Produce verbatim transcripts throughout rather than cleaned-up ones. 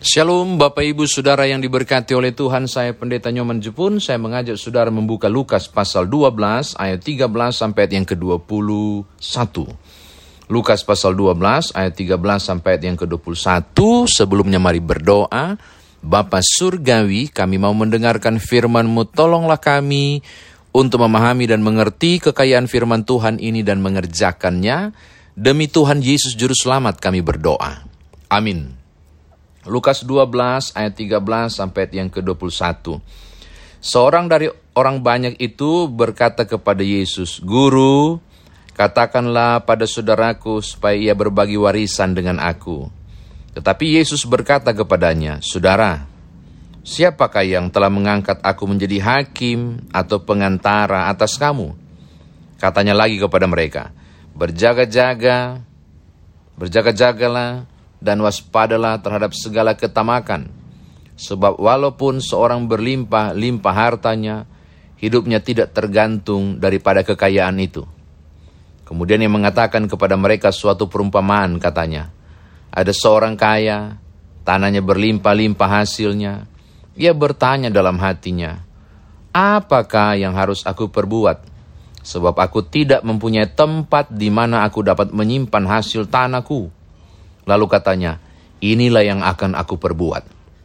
Shalom Bapak Ibu Saudara yang diberkati oleh Tuhan, saya Pendeta Nyoman Jepun. Saya mengajak Saudara membuka Lukas pasal dua belas ayat tiga belas sampai ayat yang ke dua puluh satu. Lukas pasal dua belas ayat tiga belas sampai ayat yang ke dua puluh satu. Sebelumnya mari berdoa. Bapa Surgawi, kami mau mendengarkan firman-Mu, tolonglah kami untuk memahami dan mengerti kekayaan firman Tuhan ini dan mengerjakannya. Demi Tuhan Yesus Juru Selamat kami berdoa. Amin. Lukas dua belas ayat tiga belas sampai ayat yang ke dua puluh satu. Seorang dari orang banyak itu berkata kepada Yesus, "Guru, katakanlah pada saudaraku supaya ia berbagi warisan dengan aku." Tetapi Yesus berkata kepadanya, "Saudara, siapakah yang telah mengangkat aku menjadi hakim atau pengantara atas kamu?" Katanya lagi kepada mereka, "Berjaga-jaga, berjaga-jagalah, dan waspadalah terhadap segala ketamakan. Sebab walaupun seorang berlimpah-limpah hartanya, hidupnya tidak tergantung daripada kekayaan itu." Kemudian ia mengatakan kepada mereka suatu perumpamaan, katanya, "Ada seorang kaya, tanahnya berlimpah-limpah hasilnya. Ia bertanya dalam hatinya, 'Apakah yang harus aku perbuat? Sebab aku tidak mempunyai tempat di mana aku dapat menyimpan hasil tanahku.' Lalu katanya, 'Inilah yang akan aku perbuat.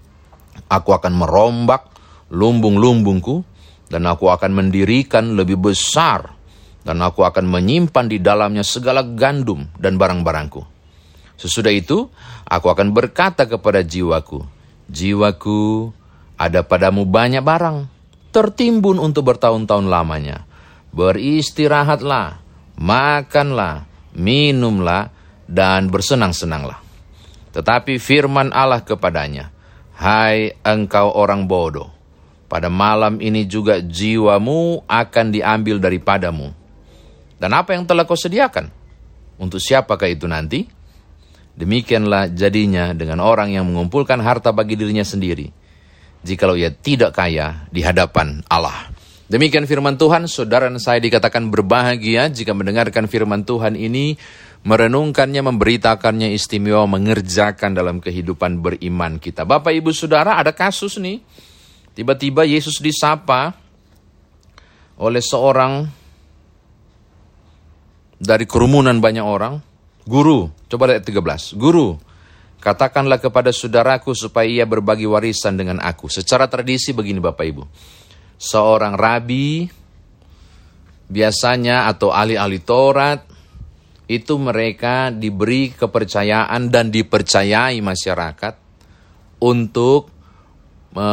Aku akan merombak lumbung-lumbungku, dan aku akan mendirikan lebih besar, dan aku akan menyimpan di dalamnya segala gandum dan barang-barangku. Sesudah itu, aku akan berkata kepada jiwaku, jiwaku, ada padamu banyak barang, tertimbun untuk bertahun-tahun lamanya. Beristirahatlah, makanlah, minumlah, dan bersenang-senanglah.' Tetapi firman Allah kepadanya, 'Hai engkau orang bodoh, pada malam ini juga jiwamu akan diambil daripadamu. Dan apa yang telah kau sediakan? Untuk siapakah itu nanti?' Demikianlah jadinya dengan orang yang mengumpulkan harta bagi dirinya sendiri, jikalau ia tidak kaya di hadapan Allah." Demikian firman Tuhan. Saudara dan saya dikatakan berbahagia jika mendengarkan firman Tuhan ini, merenungkannya, memberitakannya, istimewa, mengerjakan dalam kehidupan beriman kita. Bapak, Ibu, Saudara, ada kasus nih. Tiba-tiba Yesus disapa oleh seorang dari kerumunan banyak orang. "Guru," coba lihat tiga belas. "Guru, katakanlah kepada saudaraku supaya ia berbagi warisan dengan aku." Secara tradisi begini Bapak Ibu. Seorang rabi biasanya atau ahli-ahli Taurat itu mereka diberi kepercayaan dan dipercayai masyarakat untuk me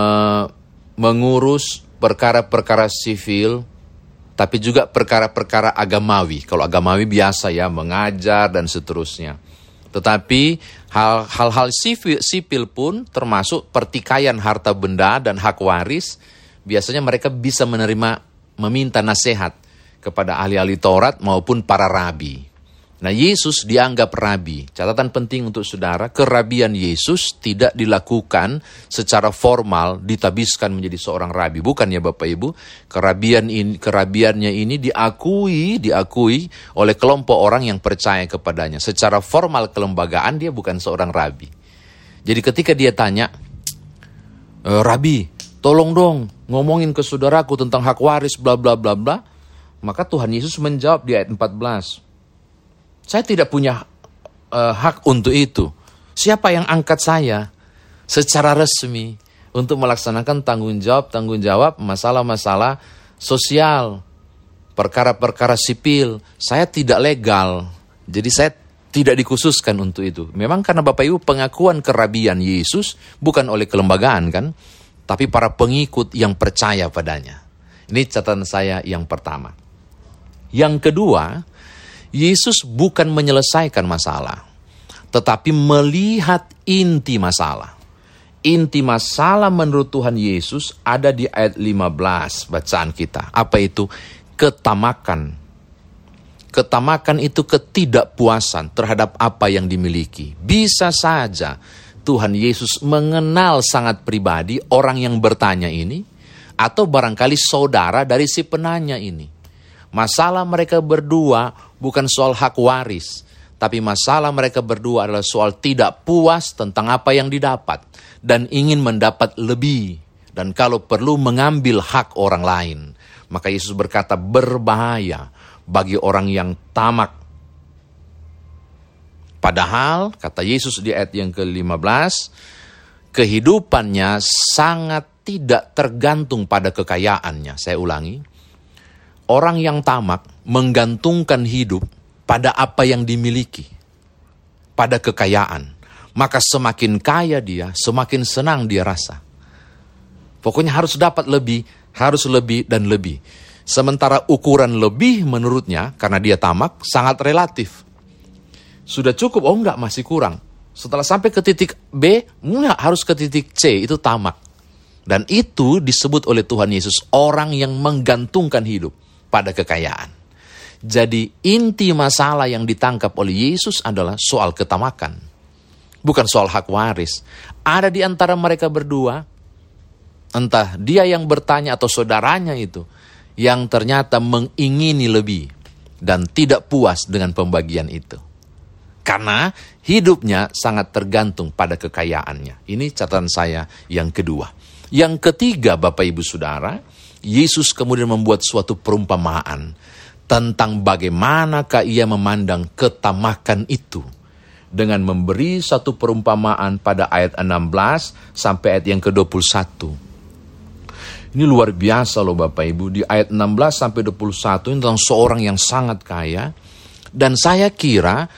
mengurus perkara-perkara sivil, tapi juga perkara-perkara agamawi. Kalau agamawi biasa ya, mengajar dan seterusnya. Tetapi hal-hal sivil, sipil pun termasuk pertikaian harta benda dan hak waris, biasanya mereka bisa menerima, meminta nasihat kepada ahli-ahli Taurat maupun para rabi. Nah, Yesus dianggap rabi. Catatan penting untuk saudara, kerabian Yesus tidak dilakukan secara formal, ditabiskan menjadi seorang rabi. Bukan ya Bapak Ibu, kerabian ini, kerabiannya ini diakui, diakui oleh kelompok orang yang percaya kepadanya. Secara formal kelembagaan dia bukan seorang rabi. Jadi ketika dia tanya, e, "Rabi, tolong dong ngomongin ke saudaraku tentang hak waris bla bla bla bla," maka Tuhan Yesus menjawab di ayat empat belas, "Saya tidak punya uh, hak untuk itu. Siapa yang angkat saya secara resmi untuk melaksanakan tanggung jawab-tanggung jawab masalah-masalah sosial, perkara-perkara sipil. Saya tidak legal, jadi saya tidak dikhususkan untuk itu." Memang karena Bapak Ibu pengakuan kerabian Yesus bukan oleh kelembagaan kan, tapi para pengikut yang percaya padanya. Ini catatan saya yang pertama. Yang kedua, Yesus bukan menyelesaikan masalah, tetapi melihat inti masalah. Inti masalah menurut Tuhan Yesus ada di ayat lima belas bacaan kita. Apa itu? Ketamakan. Ketamakan itu ketidakpuasan terhadap apa yang dimiliki. Bisa saja Tuhan Yesus mengenal sangat pribadi orang yang bertanya ini, atau barangkali saudara dari si penanya ini. Masalah mereka berdua bukan soal hak waris, Tapi masalah mereka berdua adalah soal tidak puas tentang apa yang didapat dan ingin mendapat lebih. Dan kalau perlu mengambil hak orang lain. Maka Yesus berkata, berbahaya bagi orang yang tamak. Padahal, kata Yesus di ayat yang ke lima belas, kehidupannya sangat tidak tergantung pada kekayaannya. Saya ulangi, orang yang tamak menggantungkan hidup pada apa yang dimiliki, pada kekayaan. Maka semakin kaya dia, semakin senang dia rasa. Pokoknya harus dapat lebih, harus lebih dan lebih. Sementara ukuran lebih menurutnya, karena dia tamak, sangat relatif. Sudah cukup, oh enggak, masih kurang. Setelah sampai ke titik B, enggak, harus ke titik C, itu tamak. Dan itu disebut oleh Tuhan Yesus orang yang menggantungkan hidup pada kekayaan. Jadi inti masalah yang ditangkap oleh Yesus adalah soal ketamakan. Bukan soal hak waris. Ada di antara mereka berdua, entah dia yang bertanya atau saudaranya itu, yang ternyata mengingini lebih dan tidak puas dengan pembagian itu. Karena hidupnya sangat tergantung pada kekayaannya. Ini catatan saya yang kedua. Yang ketiga, Bapak Ibu Saudara, Yesus kemudian membuat suatu perumpamaan tentang bagaimanakah ia memandang ketamakan itu. Dengan memberi satu perumpamaan pada ayat enam belas sampai ayat yang ke dua puluh satu. Ini luar biasa loh Bapak Ibu. Di ayat enam belas sampai dua puluh satu ini tentang seorang yang sangat kaya. Dan saya kira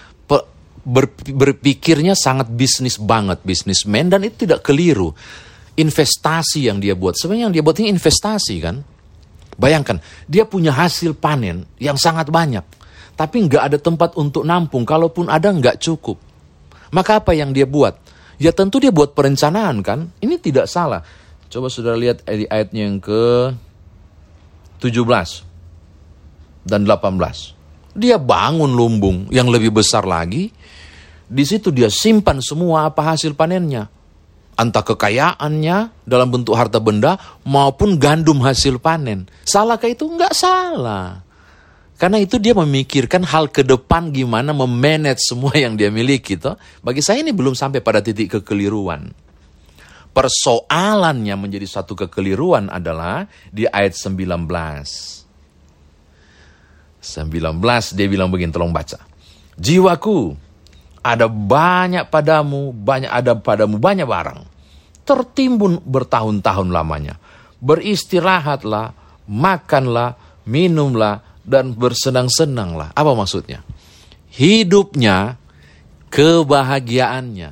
berpikirnya sangat bisnis banget, bisnismen, dan itu tidak keliru. Investasi yang dia buat, sebenarnya yang dia buat ini investasi kan. Bayangkan, dia punya hasil panen yang sangat banyak, tapi nggak ada tempat untuk nampung, kalaupun ada nggak cukup. Maka apa yang dia buat? Ya tentu dia buat perencanaan kan, ini tidak salah. Coba saudara lihat di ayatnya yang ke tujuh belas dan delapan belas. Dia bangun lumbung yang lebih besar lagi. Di situ dia simpan semua apa hasil panennya. Entah kekayaannya dalam bentuk harta benda maupun gandum hasil panen. Salahkah itu? Enggak salah. Karena itu dia memikirkan hal ke depan gimana memanage semua yang dia miliki. Toh. Bagi saya ini belum sampai pada titik kekeliruan. Persoalannya menjadi satu kekeliruan adalah di ayat sembilan belas. sembilan belas dia bilang begini, tolong baca. Jiwaku, ada banyak padamu, banyak ada padamu banyak barang. Tertimbun bertahun-tahun lamanya. Beristirahatlah, makanlah, minumlah, dan bersenang-senanglah. Apa maksudnya? Hidupnya, kebahagiaannya,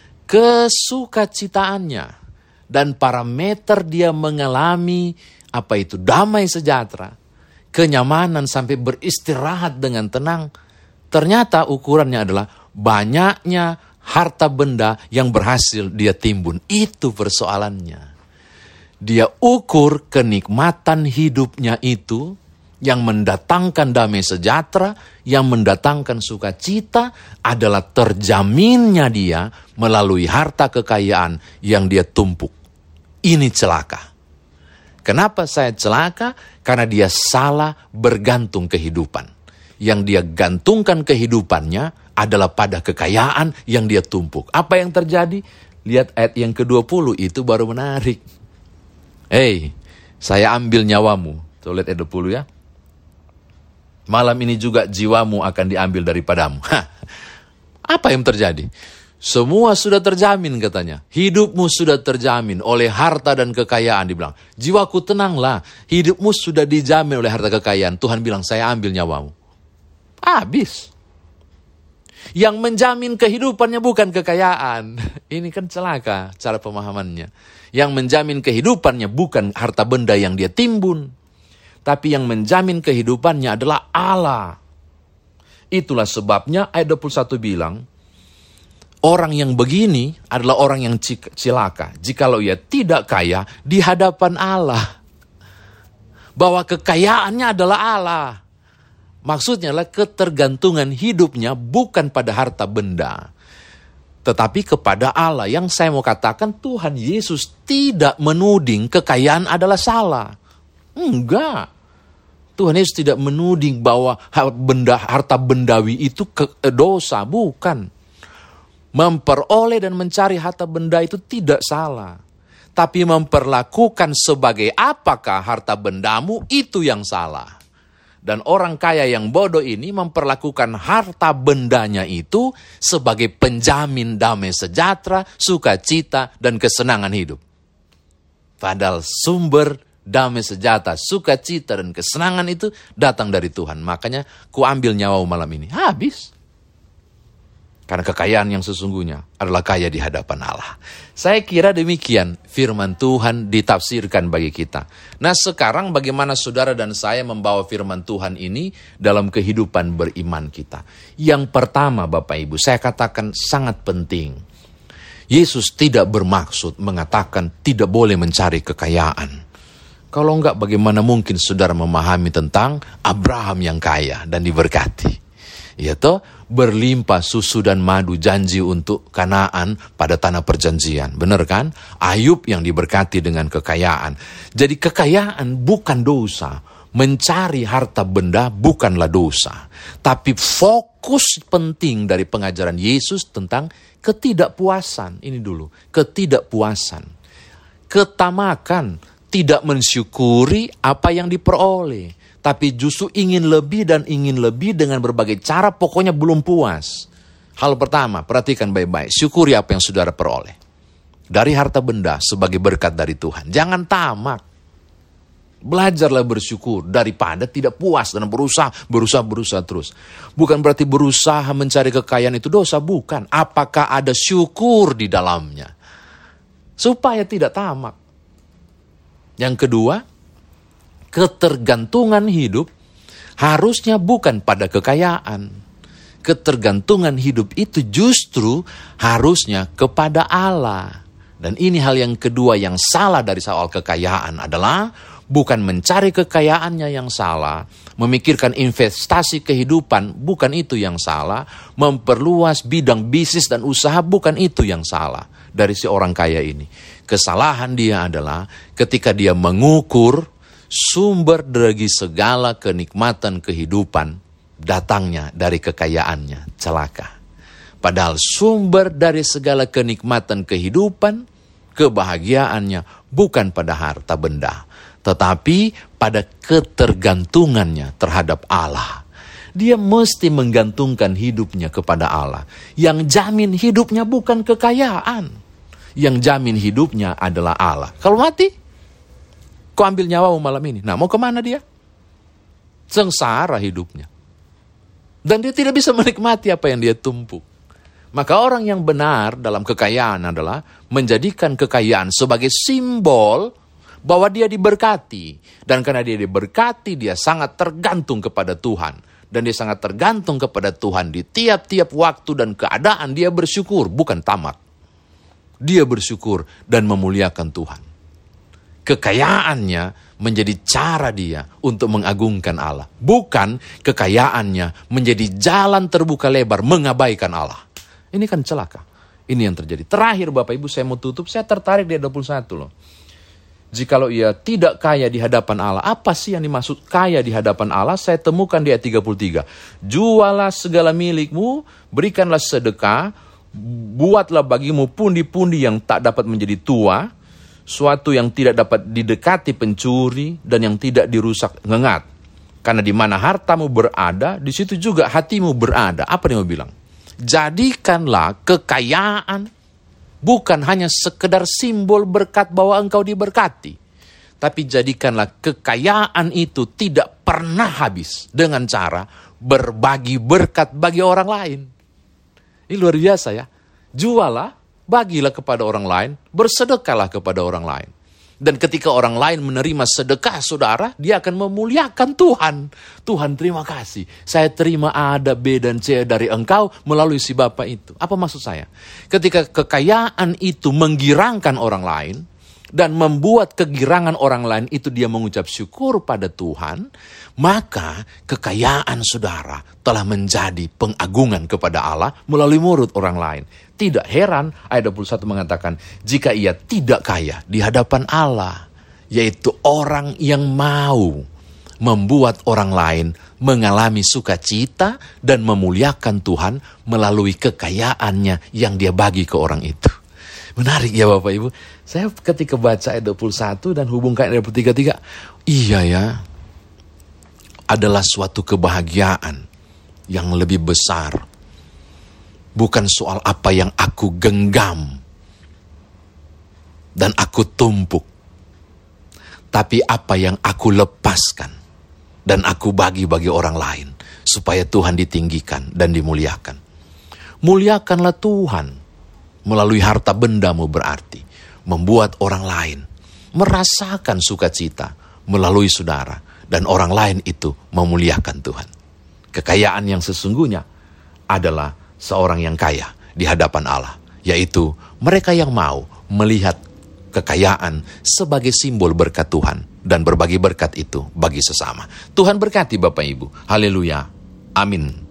kesukacitaannya, dan parameter dia mengalami apa itu? Damai sejahtera, kenyamanan sampai beristirahat dengan tenang. Ternyata ukurannya adalah banyaknya harta benda yang berhasil dia timbun. Itu persoalannya. Dia ukur kenikmatan hidupnya itu yang mendatangkan damai sejahtera, yang mendatangkan sukacita adalah terjaminnya dia melalui harta kekayaan yang dia tumpuk. Ini celaka. Kenapa saya celaka? Karena dia salah bergantung kehidupan. Yang dia gantungkan kehidupannya adalah pada kekayaan yang dia tumpuk. Apa yang terjadi? Lihat ayat yang ke dua puluh, itu baru menarik. Hei, saya ambil nyawamu. Tuh lihat ayat dua puluh ya. Malam ini juga jiwamu akan diambil daripadamu. Hah. Apa yang terjadi? Semua sudah terjamin katanya. Hidupmu sudah terjamin oleh harta dan kekayaan. Dibilang, jiwaku tenanglah. Hidupmu sudah dijamin oleh harta kekayaan. Tuhan bilang, saya ambil nyawamu. Habis. Yang menjamin kehidupannya bukan kekayaan. Ini kan celaka cara pemahamannya. Yang menjamin kehidupannya bukan harta benda yang dia timbun. Tapi yang menjamin kehidupannya adalah Allah. Itulah sebabnya ayat dua puluh satu bilang, orang yang begini adalah orang yang cilaka. Jikalau ia tidak kaya di hadapan Allah. Bahwa kekayaannya adalah Allah. Maksudnya adalah ketergantungan hidupnya bukan pada harta benda. Tetapi kepada Allah. Yang saya mau katakan, Tuhan Yesus tidak menuding kekayaan adalah salah. Enggak. Tuhan Yesus tidak menuding bahwa benda, harta bendawi itu ke, dosa, bukan. Memperoleh dan mencari harta benda itu tidak salah. Tapi memperlakukan sebagai apakah harta bendamu itu yang salah. Dan orang kaya yang bodoh ini memperlakukan harta bendanya itu sebagai penjamin damai sejahtera, sukacita, dan kesenangan hidup. Padahal sumber damai sejahtera, sukacita, dan kesenangan itu datang dari Tuhan. Makanya ku ambil nyawamu malam ini. Habis. Karena kekayaan yang sesungguhnya adalah kaya di hadapan Allah. Saya kira demikian firman Tuhan ditafsirkan bagi kita. Nah sekarang bagaimana saudara dan saya membawa firman Tuhan ini dalam kehidupan beriman kita. Yang pertama Bapak Ibu, saya katakan sangat penting. Yesus tidak bermaksud mengatakan tidak boleh mencari kekayaan. Kalau enggak bagaimana mungkin saudara memahami tentang Abraham yang kaya dan diberkati. Yaitu berlimpah susu dan madu janji untuk Kanaan pada tanah perjanjian. Benar kan? Ayub yang diberkati dengan kekayaan. Jadi kekayaan bukan dosa. Mencari harta benda bukanlah dosa. Tapi fokus penting dari pengajaran Yesus tentang ketidakpuasan. Ini dulu, ketidakpuasan. Ketamakan, tidak mensyukuri apa yang diperoleh. Tapi justru ingin lebih dan ingin lebih dengan berbagai cara, pokoknya belum puas. Hal pertama, perhatikan baik-baik, syukuri apa yang saudara peroleh. Dari harta benda sebagai berkat dari Tuhan. Jangan tamak. Belajarlah bersyukur daripada tidak puas dan berusaha, berusaha, berusaha terus. Bukan berarti berusaha mencari kekayaan itu dosa, bukan. Apakah ada syukur di dalamnya? Supaya tidak tamak. Yang kedua, ketergantungan hidup harusnya bukan pada kekayaan. Ketergantungan hidup itu justru harusnya kepada Allah. Dan ini hal yang kedua yang salah dari soal kekayaan adalah bukan mencari kekayaannya yang salah, memikirkan investasi kehidupan bukan itu yang salah, memperluas bidang bisnis dan usaha bukan itu yang salah dari si orang kaya ini. Kesalahan dia adalah ketika dia mengukur sumber dari segala kenikmatan kehidupan datangnya dari kekayaannya, celaka. Padahal sumber dari segala kenikmatan kehidupan, kebahagiaannya bukan pada harta benda, tetapi pada ketergantungannya terhadap Allah. Dia mesti menggantungkan hidupnya kepada Allah. Yang jamin hidupnya bukan kekayaan. Yang jamin hidupnya adalah Allah. Kalau mati, kau ambil nyawamu malam ini. Nah, mau kemana dia? Sengsara hidupnya. Dan dia tidak bisa menikmati apa yang dia tumpuk. Maka orang yang benar dalam kekayaan adalah menjadikan kekayaan sebagai simbol bahwa dia diberkati. Dan karena dia diberkati, dia sangat tergantung kepada Tuhan. Dan dia sangat tergantung kepada Tuhan di tiap-tiap waktu dan keadaan. Dia bersyukur, bukan tamak. Dia bersyukur dan memuliakan Tuhan. Kekayaannya menjadi cara dia untuk mengagungkan Allah. Bukan kekayaannya menjadi jalan terbuka lebar mengabaikan Allah. Ini kan celaka. Ini yang terjadi. Terakhir Bapak Ibu saya mau tutup. Saya tertarik di ayat dua puluh satu loh. Jikalau ia tidak kaya di hadapan Allah. Apa sih yang dimaksud kaya di hadapan Allah? Saya temukan di ayat tiga puluh tiga. Jualah segala milikmu. Berikanlah sedekah. Buatlah bagimu pundi-pundi yang tak dapat menjadi tua. Suatu yang tidak dapat didekati pencuri dan yang tidak dirusak ngengat. Karena di mana hartamu berada, di situ juga hatimu berada. Apa dia mau bilang? Jadikanlah kekayaan bukan hanya sekedar simbol berkat bahwa engkau diberkati. Tapi jadikanlah kekayaan itu tidak pernah habis dengan cara berbagi berkat bagi orang lain. Ini luar biasa ya. Jualah, bagilah kepada orang lain, bersedekahlah kepada orang lain. Dan ketika orang lain menerima sedekah saudara, dia akan memuliakan Tuhan. Tuhan terima kasih, saya terima A, B, dan C dari engkau melalui si Bapa itu. Apa maksud saya? Ketika kekayaan itu menggirangkan orang lain, dan membuat kegirangan orang lain itu dia mengucap syukur pada Tuhan, maka kekayaan saudara telah menjadi pengagungan kepada Allah melalui mulut orang lain. Tidak heran ayat dua puluh satu mengatakan, jika ia tidak kaya di hadapan Allah, yaitu orang yang mau membuat orang lain mengalami sukacita dan memuliakan Tuhan melalui kekayaannya yang dia bagi ke orang itu. Menarik ya Bapak Ibu. Saya ketika baca ayat dua puluh satu dan hubungkan ayat dua puluh tiga, tiga, iya ya, adalah suatu kebahagiaan yang lebih besar. Bukan soal apa yang aku genggam dan aku tumpuk, tapi apa yang aku lepaskan dan aku bagi bagi orang lain, supaya Tuhan ditinggikan dan dimuliakan. Muliakanlah Tuhan melalui harta bendamu, berarti membuat orang lain merasakan sukacita melalui saudara, dan orang lain itu memuliakan Tuhan. Kekayaan yang sesungguhnya adalah seorang yang kaya di hadapan Allah, yaitu mereka yang mau melihat kekayaan sebagai simbol berkat Tuhan dan berbagi berkat itu bagi sesama. Tuhan berkati Bapak Ibu. Haleluya. Amin.